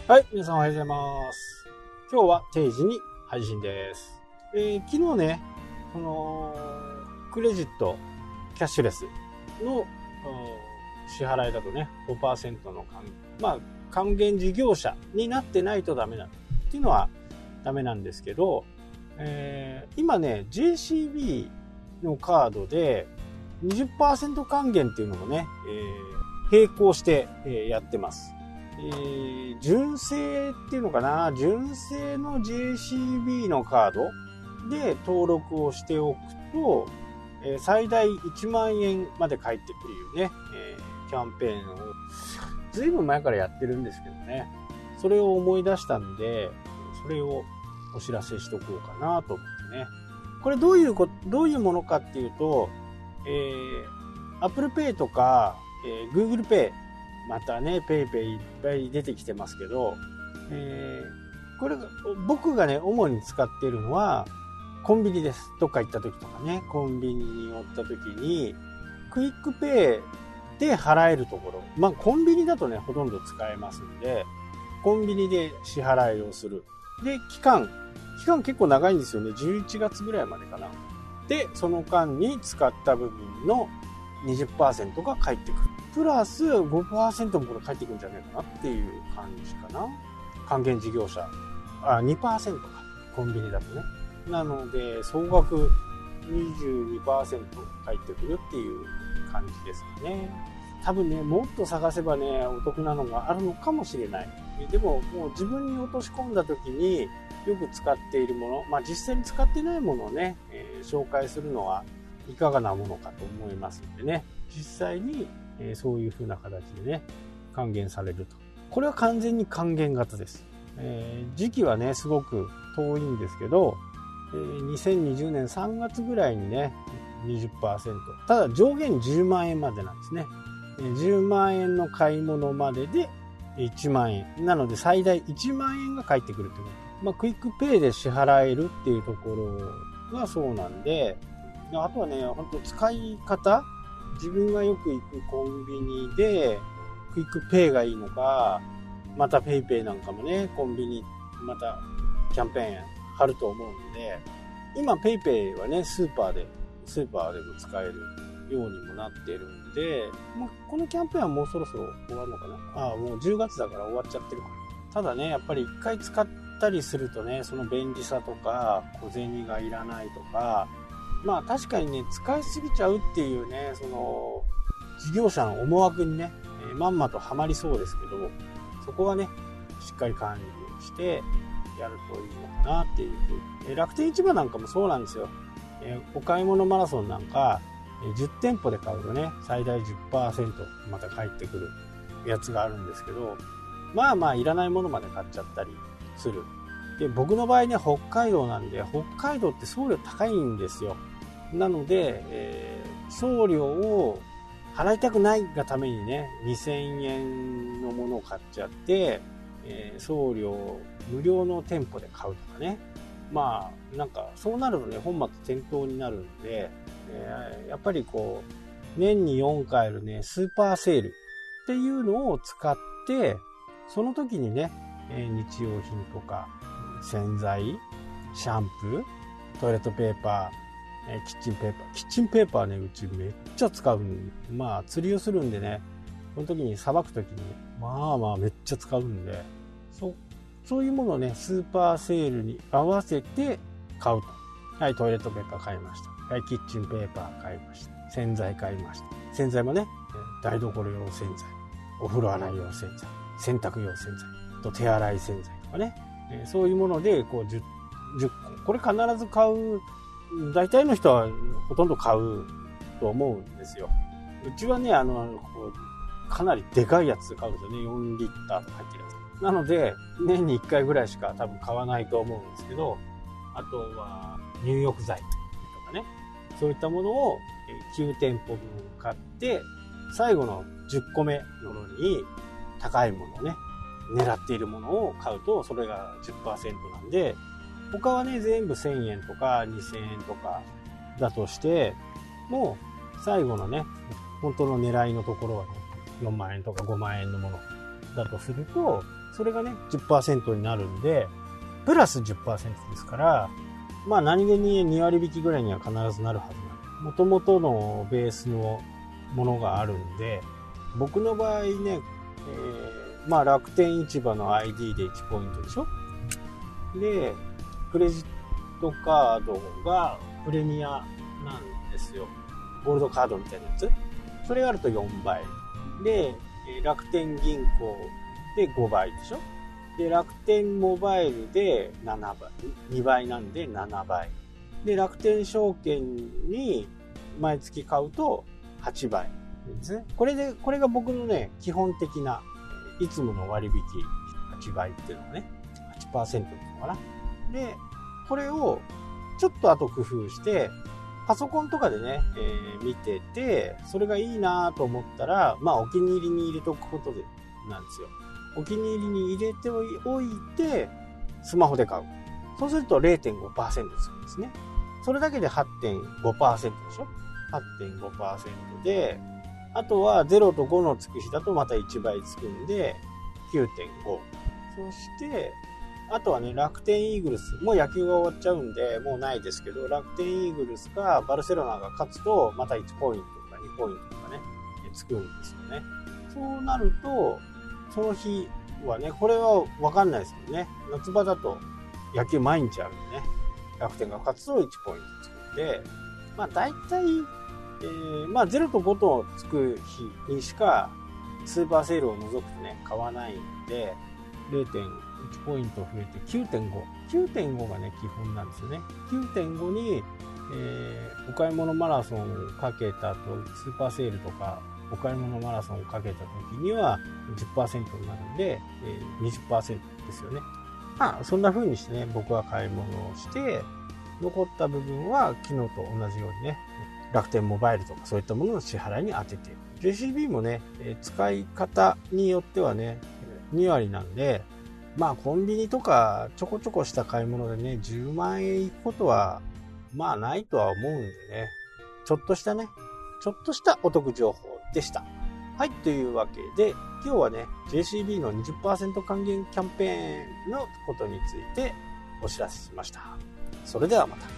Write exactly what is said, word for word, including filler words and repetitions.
はい、皆さんおはようございます。今日は定時に配信です。えー、昨日ね、このクレジットキャッシュレスの支払いだとね ごパーセント の還、まあ、還元事業者になってないとダメなっていうのはダメなんですけど、えー、今ね ジェーシービー のカードで にじゅっパーセント 還元っていうのもね、えー、並行して、えー、やってます。えー、純正っていうのかな、純正の ジェーシービー のカードで登録をしておくと、えー、最大いちまんえんまで返ってくるいうね、えー、キャンペーンをずいぶん前からやってるんですけどね、それを思い出したんで、それをお知らせしとこうかなと思ってね。これどういうこどういうものかっていうと、えー、Apple Pay とか、えー、Google Pay、またね、ペイペイいっぱい出てきてますけど、えー、これ僕がね、主に使っているのはコンビニです。どっか行った時とかね、コンビニに寄った時に、クイックペイで払えるところ、まあコンビニだとね、ほとんど使えますんで、コンビニで支払いをする。で、期間、期間結構長いんですよね。じゅういちがつぐらいまでかな。で、その間に使った部分の にじゅっパーセント が返ってくる。プラス ごパーセント もこれ返ってくるんじゃないかなっていう感じかな。還元事業者。あ、にパーセント か。コンビニだとね。なので、総額 にじゅうにパーセント 返ってくるっていう感じですよね。多分ね、もっと探せばね、お得なのがあるのかもしれない。でも、もう自分に落とし込んだ時によく使っているもの、まあ実際に使ってないものをね、えー、紹介するのはいかがなものかと思いますのでね、実際にえー、そういう風な形でね還元されると。これは完全に還元型です。えー、時期はねすごく遠いんですけど、えー、にせんにじゅうねんさんがつぐらいにね にじゅっパーセント、 ただ上限じゅうまんえんまでなんですね。じゅうまんえんの買い物まででいちまんえんなので、最大いちまんえんが返ってくるということ、まあ、クイックペイで支払えるっていうところがそうなんで、あとはね本当使い方、自分がよく行くコンビニでクイックペイがいいのか、またペイペイなんかもねコンビニまたキャンペーン貼ると思うんで、今ペイペイはねスーパーでスーパーでも使えるようにもなってるんで、まあ、このキャンペーンはもうそろそろ終わるのかな。ああ、もうじゅうがつだから終わっちゃってるかな。ただねやっぱり一回使ったりするとね、その便利さとか小銭がいらないとか、まあ確かにね使いすぎちゃうっていうね、その事業者の思惑にね、えー、まんまとはまりそうですけど、そこはねしっかり管理をしてやるといいのかなっていうふうに、えー、楽天市場なんかもそうなんですよ。えー、お買い物マラソンなんか、えー、じゅってんぽで買うとね最大 じゅっパーセント また返ってくるやつがあるんですけど、まあまあいらないものまで買っちゃったりする。で、僕の場合ね北海道なんで、北海道って送料高いんですよ。なので、えー、送料を払いたくないがためにねにせんえんのものを買っちゃって、えー、送料無料の店舗で買うとかね、まあなんかそうなるとね本末転倒になるんで、えー、やっぱりこう年によんかいあるねスーパーセールっていうのを使って、その時にね、えー、日用品とか洗剤、シャンプー、トイレットペーパー、キッチンペーパー。キッチンペーパーね、うちめっちゃ使う。まあ、釣りをするんでね、その時に、さばく時に、まあまあめっちゃ使うんで、そう、そういうものをね、スーパーセールに合わせて買うと。はい、トイレットペーパー買いました。はい、キッチンペーパー買いました。洗剤買いました。洗剤もね、台所用洗剤、お風呂洗い用洗剤、洗濯用洗剤、と手洗い洗剤とかね、そういうもので、こう、じゅっこ。これ必ず買う。大体の人はほとんど買うと思うんですよ。うちはね、あの、こうかなりでかいやつ買うんですよね。よんリッターとか入ってるやつ。なので、年にいっかいぐらいしか多分買わないと思うんですけど、あとは入浴剤とかね、そういったものをきゅうてんぽぶん買って、最後のじゅっこめのものに高いものをね、狙っているものを買うと、それが じゅっパーセント なんで、他はね全部せんえんとかにせんえんとかだとして、もう最後のね本当の狙いのところはねよんまんえんとかごまんえんのものだとすると、 それがね じゅっパーセント になるんで、プラス じゅっパーセント ですから、まあ何気にに割引きぐらいには必ずなるはずなんで、元々のベースのものがあるんで、僕の場合ね、えー、まあ楽天市場の アイディー でいちポイントでしょ。で、クレジットカードがプレミアなんですよ。ゴールドカードみたいなやつ。それがあるとよんばい。で、楽天銀行でごばいでしょ。で、楽天モバイルでななばい。にばいなんでななばい。で、楽天証券に毎月買うとはちばいですね。これで、これが僕のね、基本的ないつもの割引はちばいっていうのがね、はちパーセントっていうのかな。で、これをちょっと後工夫して、パソコンとかでね、えー、見てて、それがいいなと思ったら、まあお気に入りに入れておくことでなんですよ。お気に入りに入れておいて、スマホで買う。そうすると れいてんごパーセント つくんですね。それだけで はちてんごパーセント でしょ ?はちてんごパーセント で、あとはゼロとごのつく日だとまたいちばいつくんで きゅうてんご。そして、あとはね、楽天イーグルス。もう野球が終わっちゃうんで、もうないですけど、楽天イーグルスかバルセロナが勝つと、またいちポイントとかにポイントとかね、つくんですよね。そうなると、その日はね、これはわかんないですけどね。夏場だと野球毎日あるんでね、楽天が勝つといちポイントつくんで、まあ大体、えー、まあゼロとごとつく日にしかスーパーセールを除くとね、買わないんで、れいてんいちポイント増えて きゅうてんご。きゅうてんご がね、基本なんですよね。きゅうてんご に、えー、お買い物マラソンをかけたと、スーパーセールとか、お買い物マラソンをかけた時には じゅっパーセント になるんで、えー、にじゅっパーセント ですよね。まあ、そんな風にしてね、僕は買い物をして、残った部分は昨日と同じようにね、楽天モバイルとかそういったものの支払いに当てている。ジェーシービー もね、えー、使い方によってはね、に割なんで、まあコンビニとかちょこちょこした買い物でね、じゅうまんえんいくことは、まあないとは思うんでね、ちょっとしたね、ちょっとしたお得情報でした。はい、というわけで、今日はね、ジェーシービー の にじゅっパーセント 還元キャンペーンのことについてお知らせしました。それではまた。